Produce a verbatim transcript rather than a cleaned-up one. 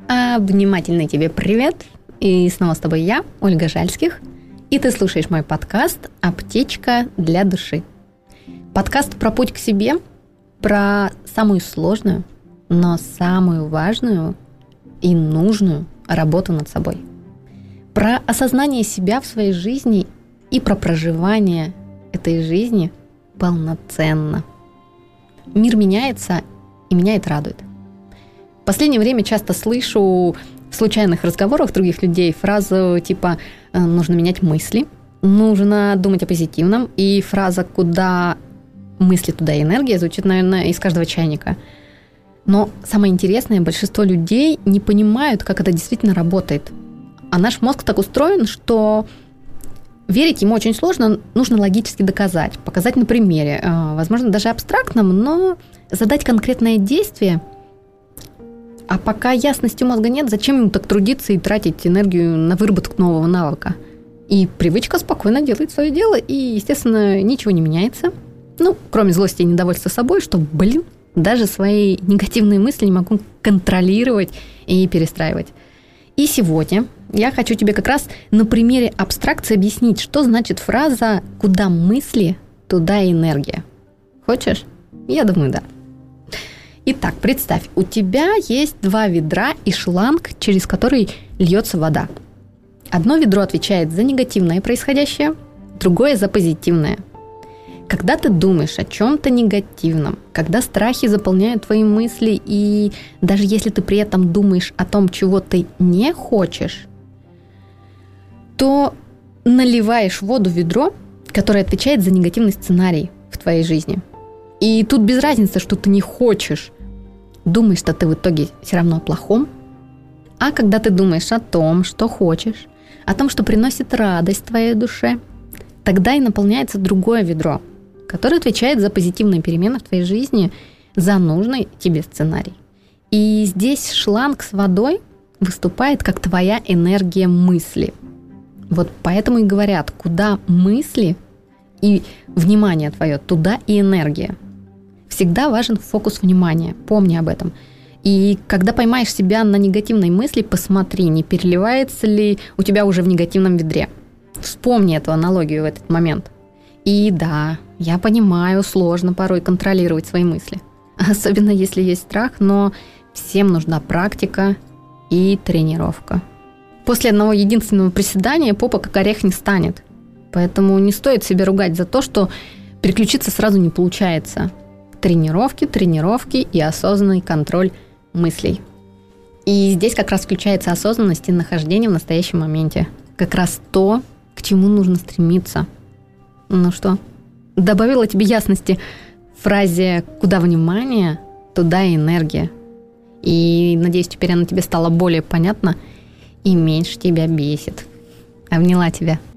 Обнимательный тебе привет. И снова с тобой я, Ольга Жальских. И ты слушаешь мой подкаст «Аптечка для души». Подкаст про путь к себе, про самую сложную, но самую важную и нужную работу над собой. Про осознание себя в своей жизни и про проживание этой жизни полноценно. Мир меняется, и меня это радует. В последнее время часто слышу в случайных разговорах других людей фразу типа «нужно менять мысли», «нужно думать о позитивном», и фраза «куда мысли, туда и энергия» звучит, наверное, из каждого чайника. Но самое интересное, большинство людей не понимают, как это действительно работает. А наш мозг так устроен, что верить ему очень сложно, нужно логически доказать, показать на примере, возможно, даже абстрактном, но задать конкретное действие. А пока ясности у мозга нет, зачем ему так трудиться и тратить энергию на выработку нового навыка? И привычка спокойно делает свое дело, и, естественно, ничего не меняется. Ну, кроме злости и недовольства собой, что, блин, даже свои негативные мысли не могу контролировать и перестраивать. И сегодня я хочу тебе как раз на примере абстракции объяснить, что значит фраза «куда мысли, туда и энергия». Хочешь? Я думаю, да. Итак, представь, у тебя есть два ведра и шланг, через который льется вода. Одно ведро отвечает за негативное происходящее, другое за позитивное. Когда ты думаешь о чем-то негативном, когда страхи заполняют твои мысли, и даже если ты при этом думаешь о том, чего ты не хочешь, то наливаешь воду в ведро, которое отвечает за негативный сценарий в твоей жизни. И тут без разницы, что ты не хочешь, думаешь, что ты в итоге все равно о плохом. А когда ты думаешь о том, что хочешь, о том, что приносит радость твоей душе, тогда и наполняется другое ведро, которое отвечает за позитивные перемены в твоей жизни, за нужный тебе сценарий. И здесь шланг с водой выступает как твоя энергия мысли. Вот поэтому и говорят, куда мысли и внимание твое, туда и энергия. Всегда важен фокус внимания, помни об этом. И когда поймаешь себя на негативной мысли, посмотри, не переливается ли у тебя уже в негативном ведре. Вспомни эту аналогию в этот момент. И да, я понимаю, сложно порой контролировать свои мысли. Особенно если есть страх, но всем нужна практика и тренировка. После одного единственного приседания попа как орех не станет. Поэтому не стоит себя ругать за то, что переключиться сразу не получается. Тренировки, тренировки и осознанный контроль мыслей. И здесь как раз включается осознанность и нахождение в настоящем моменте. Как раз то, к чему нужно стремиться. Ну что, добавила тебе ясности в фразе «куда внимание, туда и энергия». И, надеюсь, теперь она тебе стала более понятна и меньше тебя бесит. Обняла тебя.